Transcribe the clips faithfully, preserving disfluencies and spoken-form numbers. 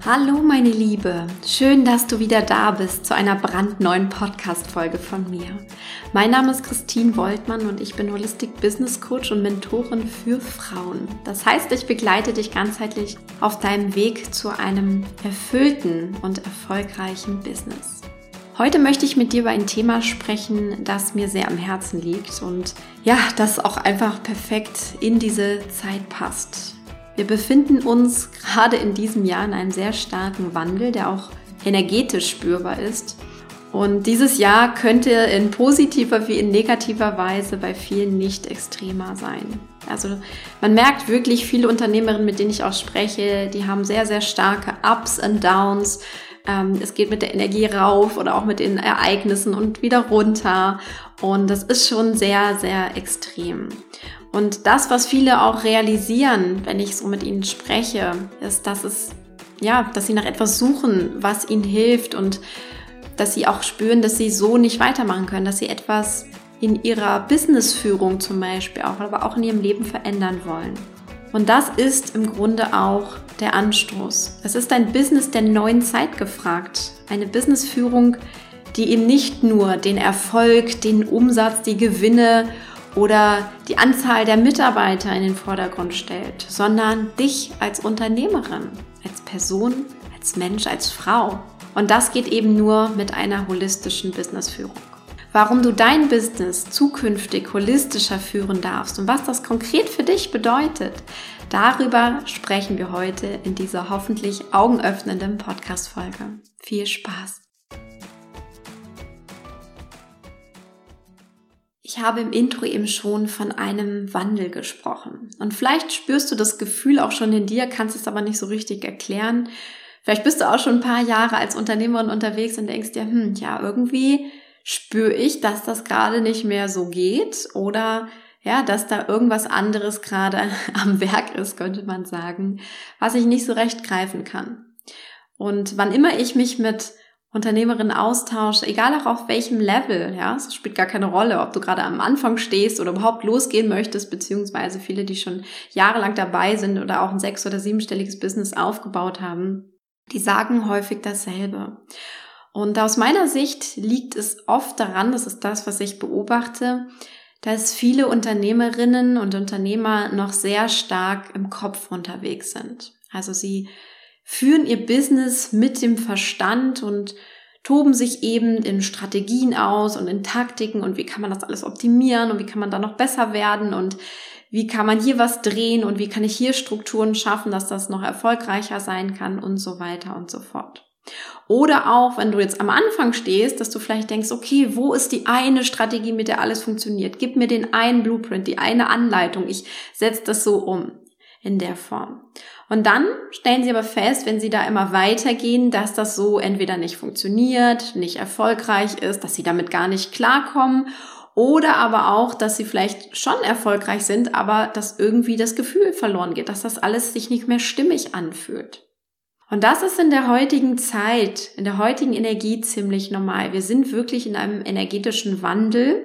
Hallo meine Liebe, schön, dass du wieder da bist zu einer brandneuen Podcast-Folge von mir. Mein Name ist Christine Woltmann und ich bin Holistic Business Coach und Mentorin für Frauen. Das heißt, ich begleite dich ganzheitlich auf deinem Weg zu einem erfüllten und erfolgreichen Business. Heute möchte ich mit dir über ein Thema sprechen, das mir sehr am Herzen liegt und ja, das auch einfach perfekt in diese Zeit passt. Wir befinden uns gerade in diesem Jahr in einem sehr starken Wandel, der auch energetisch spürbar ist. Und dieses Jahr könnte in positiver wie in negativer Weise bei vielen nicht extremer sein. Also man merkt wirklich, viele Unternehmerinnen, mit denen ich auch spreche, die haben sehr, sehr starke Ups und Downs. Es geht mit der Energie rauf oder auch mit den Ereignissen und wieder runter. Und das ist schon sehr, sehr extrem. Und das, was viele auch realisieren, wenn ich so mit ihnen spreche, ist, dass es, ja, dass sie nach etwas suchen, was ihnen hilft und dass sie auch spüren, dass sie so nicht weitermachen können, dass sie etwas in ihrer Businessführung zum Beispiel auch, aber auch in ihrem Leben verändern wollen. Und das ist im Grunde auch der Anstoß. Es ist ein Business der neuen Zeit gefragt. Eine Businessführung, die eben nicht nur den Erfolg, den Umsatz, die Gewinne oder die Anzahl der Mitarbeiter in den Vordergrund stellt, sondern dich als Unternehmerin, als Person, als Mensch, als Frau. Und das geht eben nur mit einer holistischen Businessführung. Warum du dein Business zukünftig holistischer führen darfst und was das konkret für dich bedeutet, darüber sprechen wir heute in dieser hoffentlich augenöffnenden Podcast-Folge. Viel Spaß! Ich habe im Intro eben schon von einem Wandel gesprochen. Und vielleicht spürst du das Gefühl auch schon in dir, kannst es aber nicht so richtig erklären. Vielleicht bist du auch schon ein paar Jahre als Unternehmerin unterwegs und denkst dir, hm, ja, irgendwie spüre ich, dass das gerade nicht mehr so geht oder ja, dass da irgendwas anderes gerade am Werk ist, könnte man sagen, was ich nicht so recht greifen kann. Und wann immer ich mich mit Unternehmerinnen austausche, egal auch auf welchem Level, ja, es spielt gar keine Rolle, ob du gerade am Anfang stehst oder überhaupt losgehen möchtest, beziehungsweise viele, die schon jahrelang dabei sind oder auch ein sechs- oder siebenstelliges Business aufgebaut haben, die sagen häufig dasselbe. Und aus meiner Sicht liegt es oft daran, das ist das, was ich beobachte, dass viele Unternehmerinnen und Unternehmer noch sehr stark im Kopf unterwegs sind. Also sie führen ihr Business mit dem Verstand und toben sich eben in Strategien aus und in Taktiken und wie kann man das alles optimieren und wie kann man da noch besser werden und wie kann man hier was drehen und wie kann ich hier Strukturen schaffen, dass das noch erfolgreicher sein kann und so weiter und so fort. Oder auch, wenn du jetzt am Anfang stehst, dass du vielleicht denkst, okay, wo ist die eine Strategie, mit der alles funktioniert? Gib mir den einen Blueprint, die eine Anleitung, ich setze das so um in der Form. Und dann stellen sie aber fest, wenn sie da immer weitergehen, dass das so entweder nicht funktioniert, nicht erfolgreich ist, dass sie damit gar nicht klarkommen oder aber auch, dass sie vielleicht schon erfolgreich sind, aber dass irgendwie das Gefühl verloren geht, dass das alles sich nicht mehr stimmig anfühlt. Und das ist in der heutigen Zeit, in der heutigen Energie ziemlich normal. Wir sind wirklich in einem energetischen Wandel.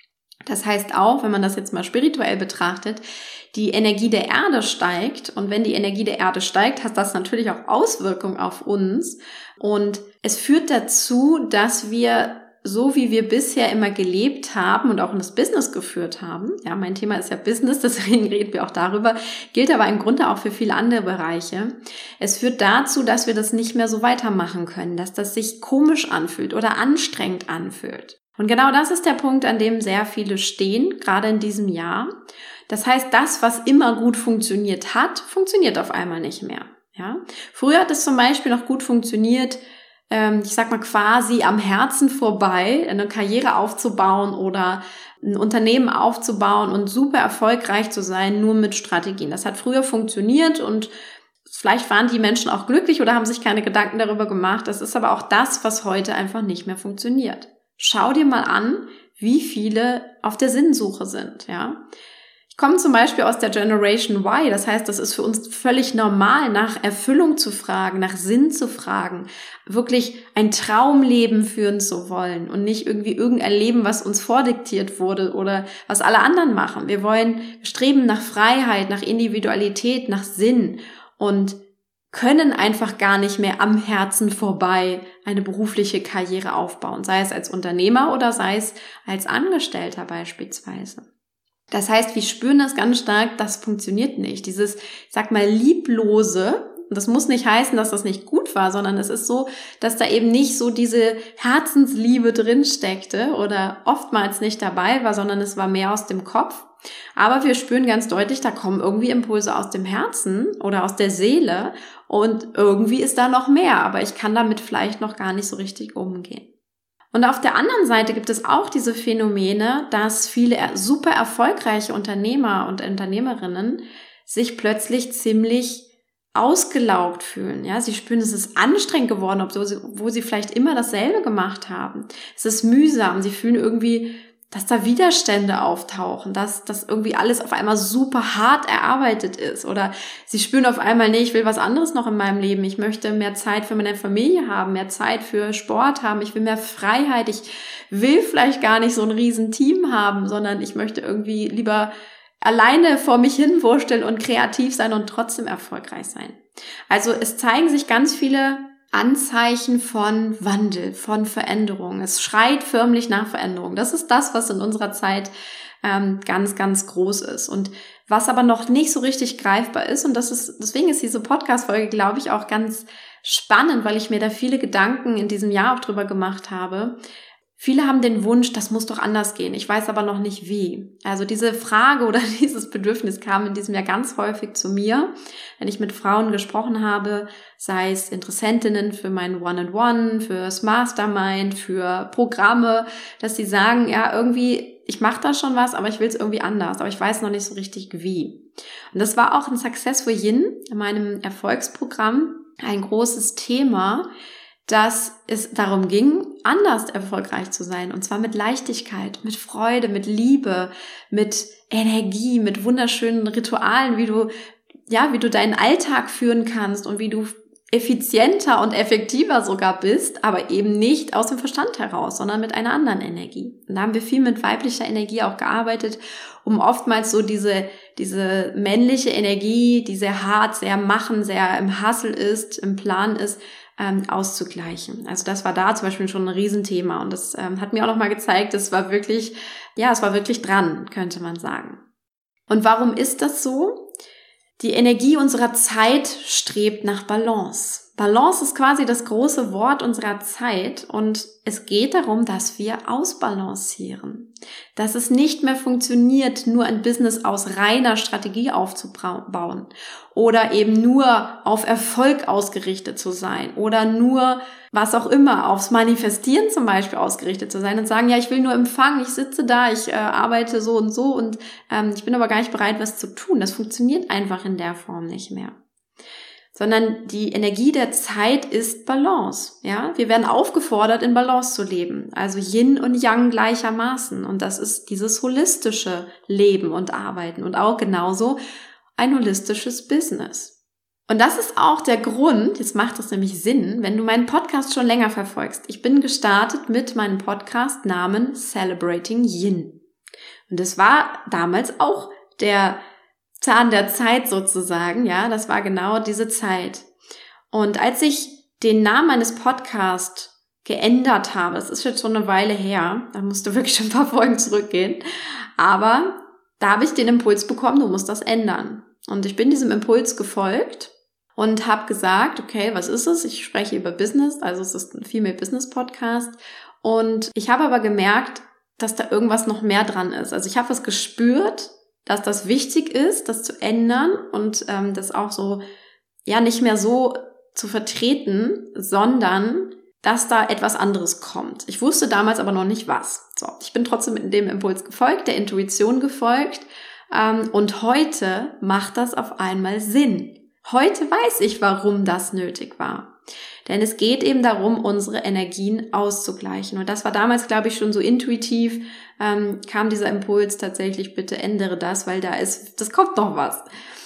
Das heißt auch, wenn man das jetzt mal spirituell betrachtet, die Energie der Erde steigt und wenn die Energie der Erde steigt, hat das natürlich auch Auswirkungen auf uns und es führt dazu, dass wir so wie wir bisher immer gelebt haben und auch in das Business geführt haben, ja, mein Thema ist ja Business, deswegen reden wir auch darüber, gilt aber im Grunde auch für viele andere Bereiche. Es führt dazu, dass wir das nicht mehr so weitermachen können, dass das sich komisch anfühlt oder anstrengend anfühlt. Und genau das ist der Punkt, an dem sehr viele stehen, gerade in diesem Jahr. Das heißt, das, was immer gut funktioniert hat, funktioniert auf einmal nicht mehr. Ja? Früher hat es zum Beispiel noch gut funktioniert, ähm, ich sag mal quasi am Herzen vorbei, eine Karriere aufzubauen oder ein Unternehmen aufzubauen und super erfolgreich zu sein, nur mit Strategien. Das hat früher funktioniert und vielleicht waren die Menschen auch glücklich oder haben sich keine Gedanken darüber gemacht. Das ist aber auch das, was heute einfach nicht mehr funktioniert. Schau dir mal an, wie viele auf der Sinnsuche sind, ja. Ich komme zum Beispiel aus der Generation Y, das heißt, das ist für uns völlig normal, nach Erfüllung zu fragen, nach Sinn zu fragen, wirklich ein Traumleben führen zu wollen und nicht irgendwie irgendein Leben, was uns vordiktiert wurde oder was alle anderen machen. Wir wollen streben nach Freiheit, nach Individualität, nach Sinn und können einfach gar nicht mehr am Herzen vorbei eine berufliche Karriere aufbauen, sei es als Unternehmer oder sei es als Angestellter beispielsweise. Das heißt, wir spüren das ganz stark, das funktioniert nicht. Dieses, ich sag mal, lieblose, und das muss nicht heißen, dass das nicht gut war, sondern es ist so, dass da eben nicht so diese Herzensliebe drin steckte oder oftmals nicht dabei war, sondern es war mehr aus dem Kopf. Aber wir spüren ganz deutlich, da kommen irgendwie Impulse aus dem Herzen oder aus der Seele und irgendwie ist da noch mehr, aber ich kann damit vielleicht noch gar nicht so richtig umgehen. Und auf der anderen Seite gibt es auch diese Phänomene, dass viele super erfolgreiche Unternehmer und Unternehmerinnen sich plötzlich ziemlich ausgelaugt fühlen. Ja, sie spüren, es ist anstrengend geworden, obwohl sie vielleicht immer dasselbe gemacht haben. Es ist mühsam. Sie fühlen irgendwie, dass da Widerstände auftauchen, dass das irgendwie alles auf einmal super hart erarbeitet ist. Oder sie spüren auf einmal, nee, ich will was anderes noch in meinem Leben. Ich möchte mehr Zeit für meine Familie haben, mehr Zeit für Sport haben. Ich will mehr Freiheit. Ich will vielleicht gar nicht so ein riesen Team haben, sondern ich möchte irgendwie lieber alleine vor mich hinwursteln und kreativ sein und trotzdem erfolgreich sein. Also es zeigen sich ganz viele Anzeichen von Wandel, von Veränderung. Es schreit förmlich nach Veränderung. Das ist das, was in unserer Zeit ähm, ganz, ganz groß ist. Und was aber noch nicht so richtig greifbar ist, und das ist, deswegen ist diese Podcast-Folge, glaube ich, auch ganz spannend, weil ich mir da viele Gedanken in diesem Jahr auch drüber gemacht habe. Viele haben den Wunsch, das muss doch anders gehen. Ich weiß aber noch nicht wie. Also diese Frage oder dieses Bedürfnis kam in diesem Jahr ganz häufig zu mir, wenn ich mit Frauen gesprochen habe, sei es Interessentinnen für mein One-on-One, fürs Mastermind, für Programme, dass sie sagen, ja, irgendwie, ich mache da schon was, aber ich will es irgendwie anders, aber ich weiß noch nicht so richtig wie. Und das war auch in Successful Yin, in meinem Erfolgsprogramm, ein großes Thema, dass es darum ging, anders erfolgreich zu sein. Und zwar mit Leichtigkeit, mit Freude, mit Liebe, mit Energie, mit wunderschönen Ritualen, wie du, ja, wie du deinen Alltag führen kannst und wie du effizienter und effektiver sogar bist, aber eben nicht aus dem Verstand heraus, sondern mit einer anderen Energie. Und da haben wir viel mit weiblicher Energie auch gearbeitet, um oftmals so diese, diese männliche Energie, die sehr hart, sehr machen, sehr im Hustle ist, im Plan ist, ähm, auszugleichen. Also das war da zum Beispiel schon ein Riesenthema und das ähm, hat mir auch nochmal gezeigt, es war wirklich, ja, es war wirklich dran, könnte man sagen. Und warum ist das so? Die Energie unserer Zeit strebt nach Balance. Balance ist quasi das große Wort unserer Zeit und es geht darum, dass wir ausbalancieren. Dass es nicht mehr funktioniert, nur ein Business aus reiner Strategie aufzubauen oder eben nur auf Erfolg ausgerichtet zu sein oder nur, was auch immer, aufs Manifestieren zum Beispiel ausgerichtet zu sein und sagen, ja, ich will nur empfangen, ich sitze da, ich äh, arbeite so und so und ähm, ich bin aber gar nicht bereit, was zu tun. Das funktioniert einfach in der Form nicht mehr. Sondern die Energie der Zeit ist Balance, ja. Wir werden aufgefordert, in Balance zu leben, also Yin und Yang gleichermaßen. Und das ist dieses holistische Leben und Arbeiten und auch genauso ein holistisches Business. Und das ist auch der Grund, jetzt macht es nämlich Sinn, wenn du meinen Podcast schon länger verfolgst. Ich bin gestartet mit meinem Podcast Namen Celebrating Yin. Und es war damals auch der Zahn der Zeit sozusagen, ja, das war genau diese Zeit. Und als ich den Namen meines Podcasts geändert habe, das ist jetzt schon eine Weile her, da musst du wirklich schon ein paar Folgen zurückgehen, aber da habe ich den Impuls bekommen, du musst das ändern. Und ich bin diesem Impuls gefolgt und habe gesagt, okay, was ist es? Ich spreche über Business, also es ist ein Female Business Podcast und ich habe aber gemerkt, dass da irgendwas noch mehr dran ist. Also ich habe was gespürt, dass das wichtig ist, das zu ändern und ähm, das auch so, ja, nicht mehr so zu vertreten, sondern dass da etwas anderes kommt. Ich wusste damals aber noch nicht was. So, ich bin trotzdem mit dem Impuls gefolgt, der Intuition gefolgt ähm, und heute macht das auf einmal Sinn. Heute weiß ich, warum das nötig war. Denn es geht eben darum, unsere Energien auszugleichen. Und das war damals, glaube ich, schon so intuitiv, ähm, kam dieser Impuls tatsächlich, bitte ändere das, weil da ist, das kommt noch was.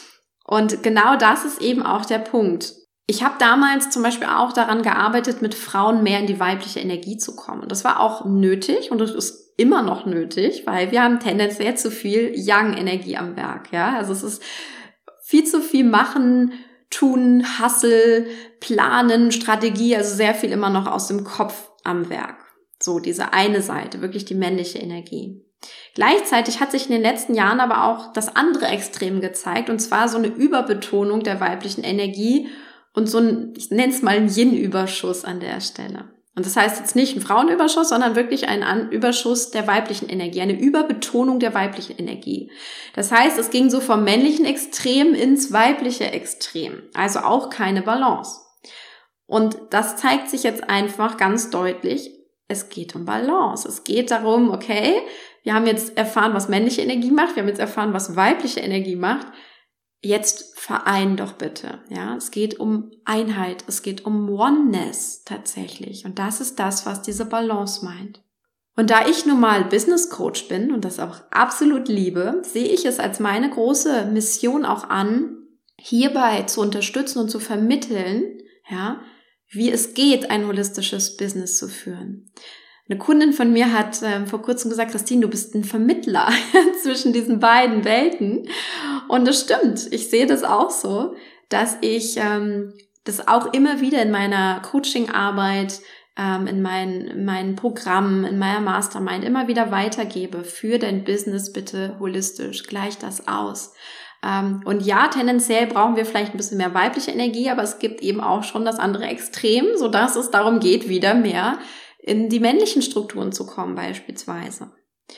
Und genau das ist eben auch der Punkt. Ich habe damals zum Beispiel auch daran gearbeitet, mit Frauen mehr in die weibliche Energie zu kommen. Und das war auch nötig und das ist immer noch nötig, weil wir haben tendenziell zu viel Yang-Energie am Werk. Ja, also es ist viel zu viel machen, Tun, Hustle, Planen, Strategie, also sehr viel immer noch aus dem Kopf am Werk. So, diese eine Seite, wirklich die männliche Energie. Gleichzeitig hat sich in den letzten Jahren aber auch das andere Extrem gezeigt, und zwar so eine Überbetonung der weiblichen Energie und so ein, ich nenne es mal einen Yin-Überschuss an der Stelle. Und das heißt jetzt nicht ein Frauenüberschuss, sondern wirklich ein An- Überschuss der weiblichen Energie, eine Überbetonung der weiblichen Energie. Das heißt, es ging so vom männlichen Extrem ins weibliche Extrem, also auch keine Balance. Und das zeigt sich jetzt einfach ganz deutlich, es geht um Balance. Es geht darum, okay, wir haben jetzt erfahren, was männliche Energie macht, wir haben jetzt erfahren, was weibliche Energie macht. Jetzt verein doch bitte, ja. Es geht um Einheit, es geht um Oneness tatsächlich. Und das ist das, was diese Balance meint. Und da ich nun mal Business Coach bin und das auch absolut liebe, sehe ich es als meine große Mission auch an, hierbei zu unterstützen und zu vermitteln, ja, wie es geht, ein holistisches Business zu führen. Eine Kundin von mir hat ähm, vor kurzem gesagt, Christine, du bist ein Vermittler zwischen diesen beiden Welten. Und das stimmt. Ich sehe das auch so, dass ich ähm, das auch immer wieder in meiner Coaching-Arbeit, ähm, in, mein, in meinen Programmen, in meiner Mastermind immer wieder weitergebe. Für dein Business bitte holistisch. Gleich das aus. Ähm, und ja, tendenziell brauchen wir vielleicht ein bisschen mehr weibliche Energie, aber es gibt eben auch schon das andere Extrem, sodass es darum geht, wieder mehr in die männlichen Strukturen zu kommen beispielsweise.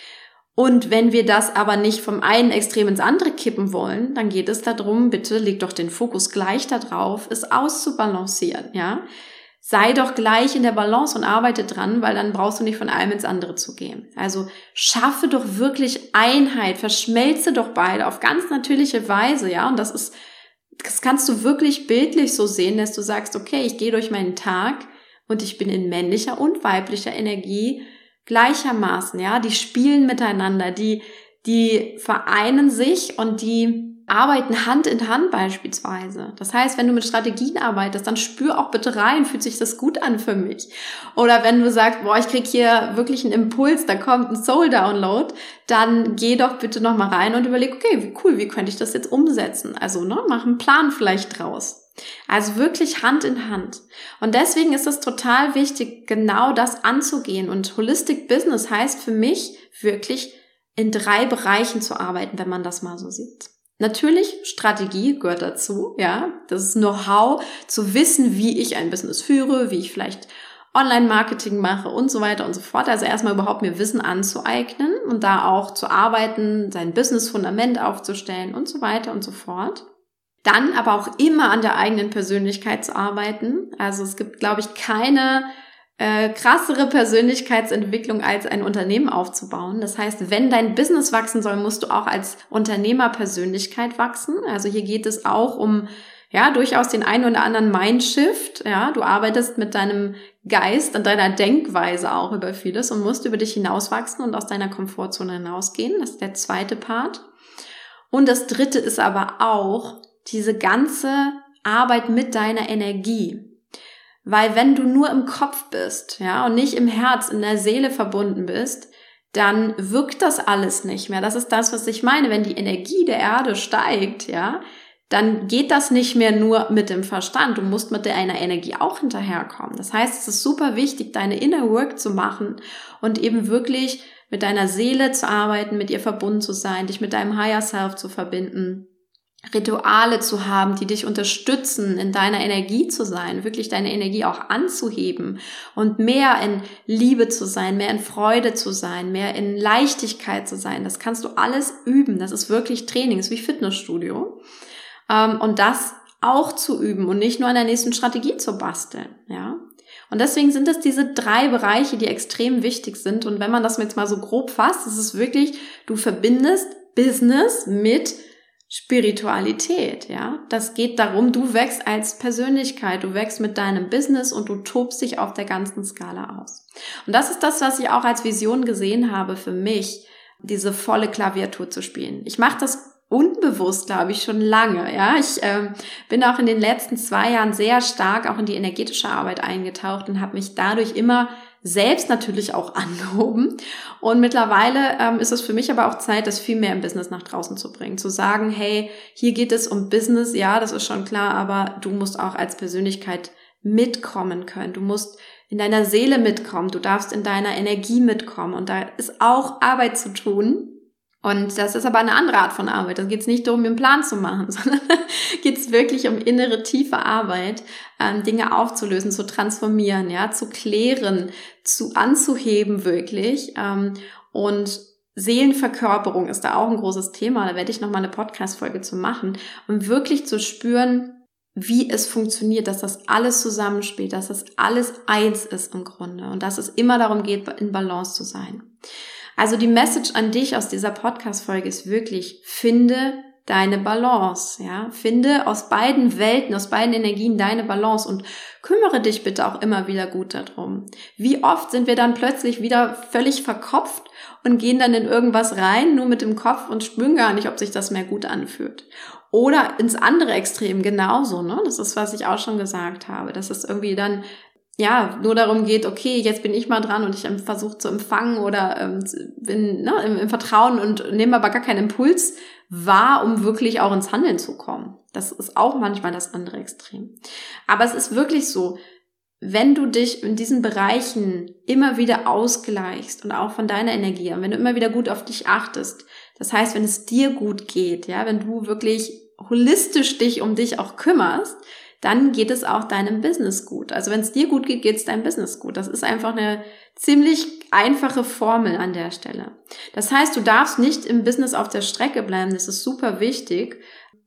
Und wenn wir das aber nicht vom einen Extrem ins andere kippen wollen, dann geht es darum, bitte leg doch den Fokus gleich da drauf, es auszubalancieren, ja. Sei doch gleich in der Balance und arbeite dran, weil dann brauchst du nicht von einem ins andere zu gehen. Also schaffe doch wirklich Einheit, verschmelze doch beide auf ganz natürliche Weise, ja. Und das ist, das kannst du wirklich bildlich so sehen, dass du sagst, okay, ich gehe durch meinen Tag und ich bin in männlicher und weiblicher Energie gleichermaßen, ja. Die spielen miteinander, die, die vereinen sich und die arbeiten Hand in Hand beispielsweise. Das heißt, wenn du mit Strategien arbeitest, dann spür auch bitte rein, fühlt sich das gut an für mich? Oder wenn du sagst, boah, ich krieg hier wirklich einen Impuls, da kommt ein Soul-Download, dann geh doch bitte nochmal rein und überleg, okay, wie cool, wie könnte ich das jetzt umsetzen? Also, ne, mach einen Plan vielleicht draus. Also wirklich Hand in Hand. Und deswegen ist es total wichtig, genau das anzugehen. Und Holistic Business heißt für mich wirklich in drei Bereichen zu arbeiten, wenn man das mal so sieht. Natürlich, Strategie gehört dazu, ja. Das ist Know-how, zu wissen, wie ich ein Business führe, wie ich vielleicht Online-Marketing mache und so weiter und so fort. Also erstmal überhaupt mir Wissen anzueignen und da auch zu arbeiten, sein Business-Fundament aufzustellen und so weiter und so fort. Dann aber auch immer an der eigenen Persönlichkeit zu arbeiten. Also es gibt, glaube ich, keine äh, krassere Persönlichkeitsentwicklung als ein Unternehmen aufzubauen. Das heißt, wenn dein Business wachsen soll, musst du auch als Unternehmerpersönlichkeit wachsen. Also hier geht es auch um ja durchaus den einen oder anderen Mindshift. Ja, du arbeitest mit deinem Geist und deiner Denkweise auch über vieles und musst über dich hinauswachsen und aus deiner Komfortzone hinausgehen. Das ist der zweite Part. Und das dritte ist aber auch diese ganze Arbeit mit deiner Energie. Weil wenn du nur im Kopf bist, ja, und nicht im Herz, in der Seele verbunden bist, dann wirkt das alles nicht mehr. Das ist das, was ich meine. Wenn die Energie der Erde steigt, ja, dann geht das nicht mehr nur mit dem Verstand. Du musst mit deiner Energie auch hinterherkommen. Das heißt, es ist super wichtig, deine Inner Work zu machen und eben wirklich mit deiner Seele zu arbeiten, mit ihr verbunden zu sein, dich mit deinem Higher Self zu verbinden. Rituale zu haben, die dich unterstützen, in deiner Energie zu sein, wirklich deine Energie auch anzuheben und mehr in Liebe zu sein, mehr in Freude zu sein, mehr in Leichtigkeit zu sein. Das kannst du alles üben. Das ist wirklich Training, das ist wie Fitnessstudio. Und das auch zu üben und nicht nur an der nächsten Strategie zu basteln, ja. Und deswegen sind es diese drei Bereiche, die extrem wichtig sind. Und wenn man das jetzt mal so grob fasst, ist es wirklich, du verbindest Business mit Spiritualität, ja. Das geht darum, du wächst als Persönlichkeit, du wächst mit deinem Business und du tobst dich auf der ganzen Skala aus. Und das ist das, was ich auch als Vision gesehen habe für mich, diese volle Klaviatur zu spielen. Ich mache das unbewusst, glaube ich, schon lange, ja. Ich ähm, bin auch in den letzten zwei Jahren sehr stark auch in die energetische Arbeit eingetaucht und habe mich dadurch immer selbst natürlich auch angehoben. Und mittlerweile ähm, ist es für mich aber auch Zeit, das viel mehr im Business nach draußen zu bringen. Zu sagen, hey, hier geht es um Business, ja, das ist schon klar, aber du musst auch als Persönlichkeit mitkommen können. Du musst in deiner Seele mitkommen, du darfst in deiner Energie mitkommen. Und da ist auch Arbeit zu tun. Und das ist aber eine andere Art von Arbeit. Da geht es nicht darum, einen Plan zu machen, sondern geht es wirklich um innere, tiefe Arbeit, ähm, Dinge aufzulösen, zu transformieren, ja, zu klären, zu anzuheben wirklich. Ähm, und Seelenverkörperung ist da auch ein großes Thema. Da werde ich nochmal eine Podcast-Folge zu machen, um wirklich zu spüren, wie es funktioniert, dass das alles zusammenspielt, dass das alles eins ist im Grunde und dass es immer darum geht, in Balance zu sein. Also die Message an dich aus dieser Podcast-Folge ist wirklich, finde deine Balance, ja. Finde aus beiden Welten, aus beiden Energien deine Balance und kümmere dich bitte auch immer wieder gut darum. Wie oft sind wir dann plötzlich wieder völlig verkopft und gehen dann in irgendwas rein, nur mit dem Kopf und spüren gar nicht, ob sich das mehr gut anfühlt. Oder ins andere Extrem genauso, ne? Das ist, was ich auch schon gesagt habe, dass es irgendwie dann ja, nur darum geht, okay, jetzt bin ich mal dran und ich versuche zu empfangen oder ähm, bin ne, im, im Vertrauen und nehme aber gar keinen Impuls wahr, um wirklich auch ins Handeln zu kommen. Das ist auch manchmal das andere Extrem. Aber es ist wirklich so, wenn du dich in diesen Bereichen immer wieder ausgleichst und auch von deiner Energie, und wenn du immer wieder gut auf dich achtest, das heißt, wenn es dir gut geht, ja, wenn du wirklich holistisch dich um dich auch kümmerst, dann geht es auch deinem Business gut. Also wenn es dir gut geht, geht es deinem Business gut. Das ist einfach eine ziemlich einfache Formel an der Stelle. Das heißt, du darfst nicht im Business auf der Strecke bleiben. Das ist super wichtig,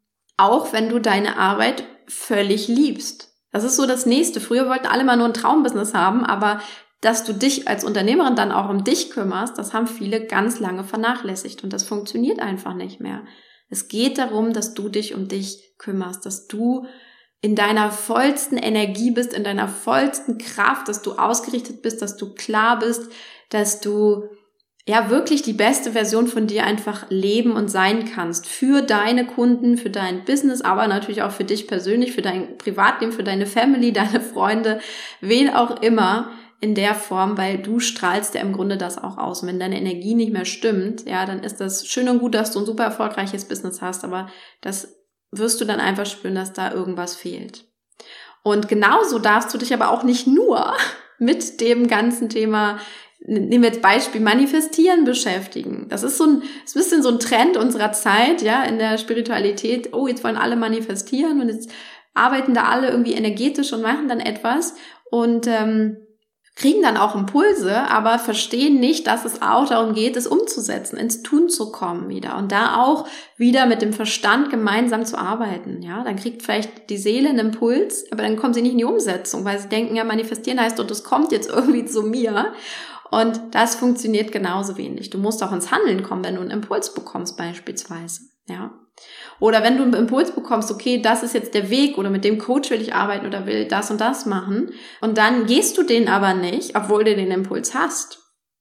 auch wenn du deine Arbeit völlig liebst. Das ist so das Nächste. Früher wollten alle mal nur ein Traumbusiness haben, aber dass du dich als Unternehmerin dann auch um dich kümmerst, das haben viele ganz lange vernachlässigt und das funktioniert einfach nicht mehr. Es geht darum, dass du dich um dich kümmerst, dass du in deiner vollsten Energie bist, in deiner vollsten Kraft, dass du ausgerichtet bist, dass du klar bist, dass du ja wirklich die beste Version von dir einfach leben und sein kannst. Für deine Kunden, für dein Business, aber natürlich auch für dich persönlich, für dein Privatleben, für deine Family, deine Freunde, wen auch immer in der Form, weil du strahlst ja im Grunde das auch aus. Und wenn deine Energie nicht mehr stimmt, ja, dann ist das schön und gut, dass du ein super erfolgreiches Business hast, aber das wirst du dann einfach spüren, dass da irgendwas fehlt. Und genauso darfst du dich aber auch nicht nur mit dem ganzen Thema, nehmen wir jetzt Beispiel Manifestieren, beschäftigen. Das ist so ein, ist ein bisschen so ein Trend unserer Zeit, ja, in der Spiritualität. Oh, jetzt wollen alle manifestieren und jetzt arbeiten da alle irgendwie energetisch und machen dann etwas und ähm, kriegen dann auch Impulse, aber verstehen nicht, dass es auch darum geht, es umzusetzen, ins Tun zu kommen wieder und da auch wieder mit dem Verstand gemeinsam zu arbeiten. Ja, dann kriegt vielleicht die Seele einen Impuls, aber dann kommen sie nicht in die Umsetzung, weil sie denken, ja, manifestieren heißt doch, das kommt jetzt irgendwie zu mir. Und das funktioniert genauso wenig. Du musst auch ins Handeln kommen, wenn du einen Impuls bekommst beispielsweise. Ja. Oder wenn du einen Impuls bekommst, okay, das ist jetzt der Weg oder mit dem Coach will ich arbeiten oder will das und das machen und dann gehst du den aber nicht, obwohl du den Impuls hast.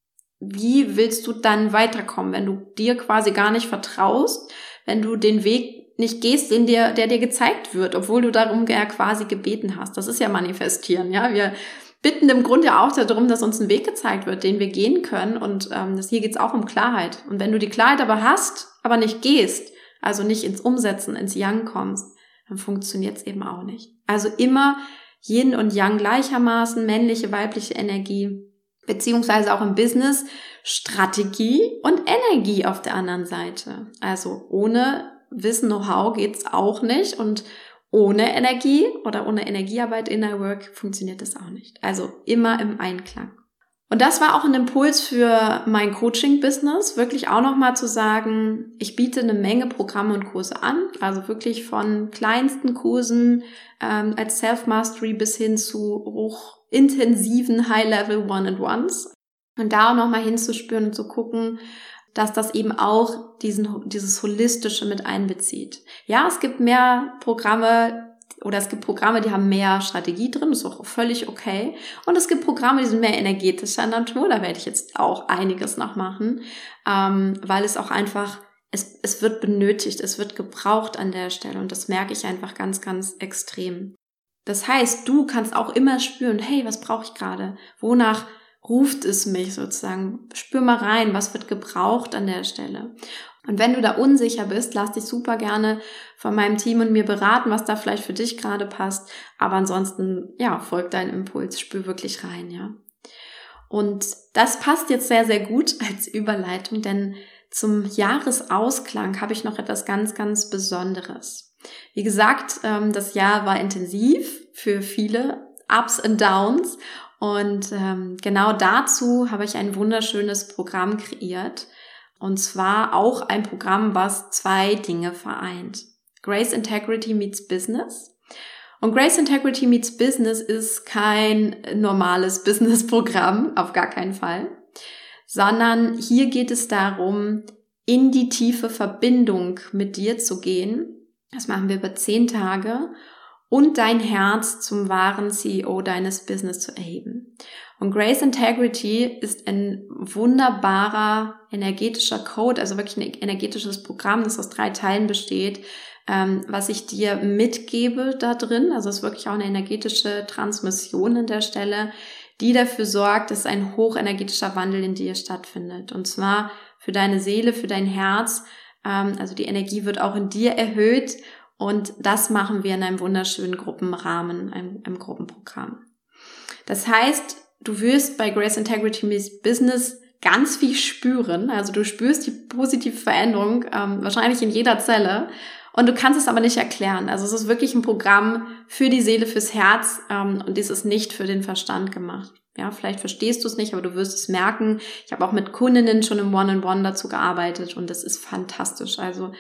Wie willst du dann weiterkommen, wenn du dir quasi gar nicht vertraust, wenn du den Weg nicht gehst, den dir, der dir gezeigt wird, obwohl du darum ja quasi gebeten hast? Das ist ja manifestieren, ja. Wir bitten im Grunde auch darum, dass uns ein Weg gezeigt wird, den wir gehen können und ähm, das, hier geht es auch um Klarheit. Und wenn du die Klarheit aber hast, aber nicht gehst, also nicht ins Umsetzen, ins Yang kommst, dann funktioniert es eben auch nicht. Also immer Yin und Yang gleichermaßen, männliche, weibliche Energie, beziehungsweise auch im Business Strategie und Energie auf der anderen Seite. Also ohne Wissen, Know-how geht's auch nicht und ohne Energie oder ohne Energiearbeit, Inner Work funktioniert das auch nicht. Also immer im Einklang. Und das war auch ein Impuls für mein Coaching-Business, wirklich auch nochmal zu sagen, ich biete eine Menge Programme und Kurse an, also wirklich von kleinsten Kursen ähm, als Self-Mastery bis hin zu hochintensiven High-Level One-and-Ones. Und da auch nochmal hinzuspüren und zu gucken, dass das eben auch diesen, dieses Holistische mit einbezieht. Ja, es gibt mehr Programme, oder es gibt Programme, die haben mehr Strategie drin, das ist auch völlig okay. Und es gibt Programme, die sind mehr energetischer Natur, da werde ich jetzt auch einiges noch machen, ähm, weil es auch einfach, es, es wird benötigt, es wird gebraucht an der Stelle und das merke ich einfach ganz, ganz extrem. Das heißt, du kannst auch immer spüren, hey, was brauche ich gerade? Wonach ruft es mich sozusagen? Spür mal rein, was wird gebraucht an der Stelle. Und wenn du da unsicher bist, lass dich super gerne von meinem Team und mir beraten, was da vielleicht für dich gerade passt. Aber ansonsten, ja, folg deinem Impuls, spür wirklich rein, ja. Und das passt jetzt sehr, sehr gut als Überleitung, denn zum Jahresausklang habe ich noch etwas ganz, ganz Besonderes. Wie gesagt, das Jahr war intensiv für viele, Ups und Downs. Und genau dazu habe ich ein wunderschönes Programm kreiert. Und zwar auch ein Programm, was zwei Dinge vereint. Grace Integrity meets Business. Und Grace Integrity meets Business ist kein normales Business-Programm, auf gar keinen Fall. Sondern hier geht es darum, in die tiefe Verbindung mit dir zu gehen. Das machen wir über zehn Tage. Und dein Herz zum wahren C E O deines Business zu erheben. Und Grace Integrity ist ein wunderbarer energetischer Code, also wirklich ein energetisches Programm, das aus drei Teilen besteht, ähm, was ich dir mitgebe da drin. Also es ist wirklich auch eine energetische Transmission an der Stelle, die dafür sorgt, dass ein hochenergetischer Wandel in dir stattfindet. Und zwar für deine Seele, für dein Herz. Ähm, also die Energie wird auch in dir erhöht. Und das machen wir in einem wunderschönen Gruppenrahmen, einem, einem Gruppenprogramm. Das heißt, du wirst bei Grace Integrity meets Business ganz viel spüren. Also du spürst die positive Veränderung ähm, wahrscheinlich in jeder Zelle. Und du kannst es aber nicht erklären. Also es ist wirklich ein Programm für die Seele, fürs Herz. Ähm, und dies ist nicht für den Verstand gemacht. Ja, vielleicht verstehst du es nicht, aber du wirst es merken. Ich habe auch mit Kundinnen schon im One-on-One dazu gearbeitet und das ist fantastisch. Also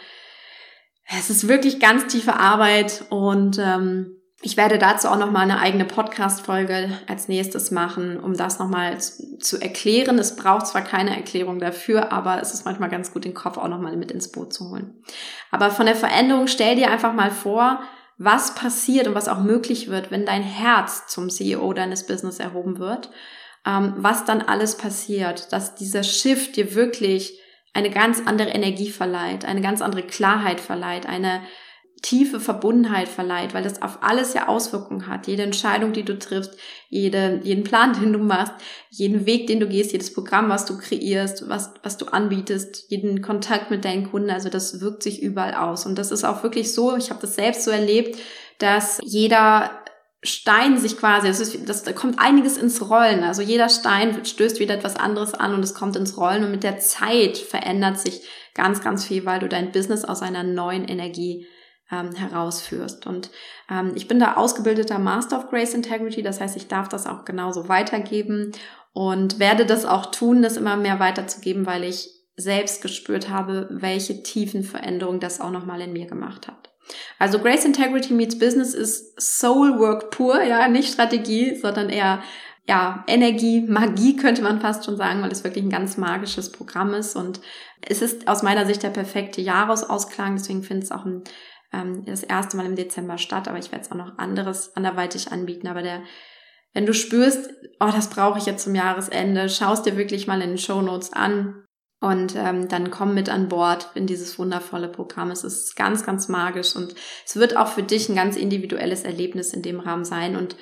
es ist wirklich ganz tiefe Arbeit und ähm, ich werde dazu auch nochmal eine eigene Podcast-Folge als nächstes machen, um das nochmal zu, zu erklären. Es braucht zwar keine Erklärung dafür, aber es ist manchmal ganz gut, den Kopf auch nochmal mit ins Boot zu holen. Aber von der Veränderung stell dir einfach mal vor, was passiert und was auch möglich wird, wenn dein Herz zum C E O deines Business erhoben wird, ähm, was dann alles passiert, dass dieser Shift dir wirklich eine ganz andere Energie verleiht, eine ganz andere Klarheit verleiht, eine tiefe Verbundenheit verleiht, weil das auf alles ja Auswirkungen hat. Jede Entscheidung, die du triffst, jede, jeden Plan, den du machst, jeden Weg, den du gehst, jedes Programm, was du kreierst, was, was du anbietest, jeden Kontakt mit deinen Kunden, also das wirkt sich überall aus. Und das ist auch wirklich so, ich habe das selbst so erlebt, dass jeder Stein sich quasi, das ist, das, da kommt einiges ins Rollen. Also jeder Stein stößt wieder etwas anderes an und es kommt ins Rollen und mit der Zeit verändert sich ganz, ganz viel, weil du dein Business aus einer neuen Energie ähm, herausführst. Und ähm, ich bin da ausgebildeter Master of Grace Integrity, das heißt, ich darf das auch genauso weitergeben und werde das auch tun, das immer mehr weiterzugeben, weil ich selbst gespürt habe, welche tiefen Veränderungen das auch nochmal in mir gemacht hat. Also Grace Integrity meets Business ist Soul Work pur, ja, nicht Strategie, sondern eher ja Energie, Magie könnte man fast schon sagen, weil es wirklich ein ganz magisches Programm ist und es ist aus meiner Sicht der perfekte Jahresausklang, deswegen findet es auch ein, ähm, das erste Mal im Dezember statt, aber ich werde es auch noch anderes anderweitig anbieten, aber der wenn du spürst, oh, das brauche ich jetzt zum Jahresende, schaust dir wirklich mal in den Shownotes an. Und ähm, dann komm mit an Bord in dieses wundervolle Programm. Es ist ganz, ganz magisch und es wird auch für dich ein ganz individuelles Erlebnis in dem Rahmen sein. Und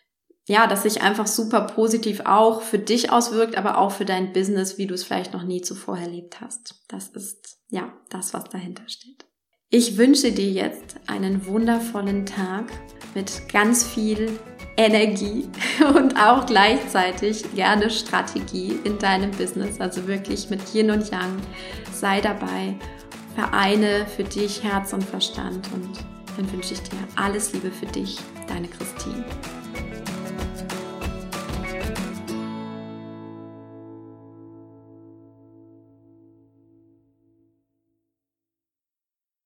ja, das sich einfach super positiv auch für dich auswirkt, aber auch für dein Business, wie du es vielleicht noch nie zuvor erlebt hast. Das ist ja das, was dahinter steht. Ich wünsche dir jetzt einen wundervollen Tag mit ganz viel Energie und auch gleichzeitig gerne Strategie in deinem Business, also wirklich mit Yin und Yang. Sei dabei, vereine für dich Herz und Verstand und dann wünsche ich dir alles Liebe für dich, deine Christine.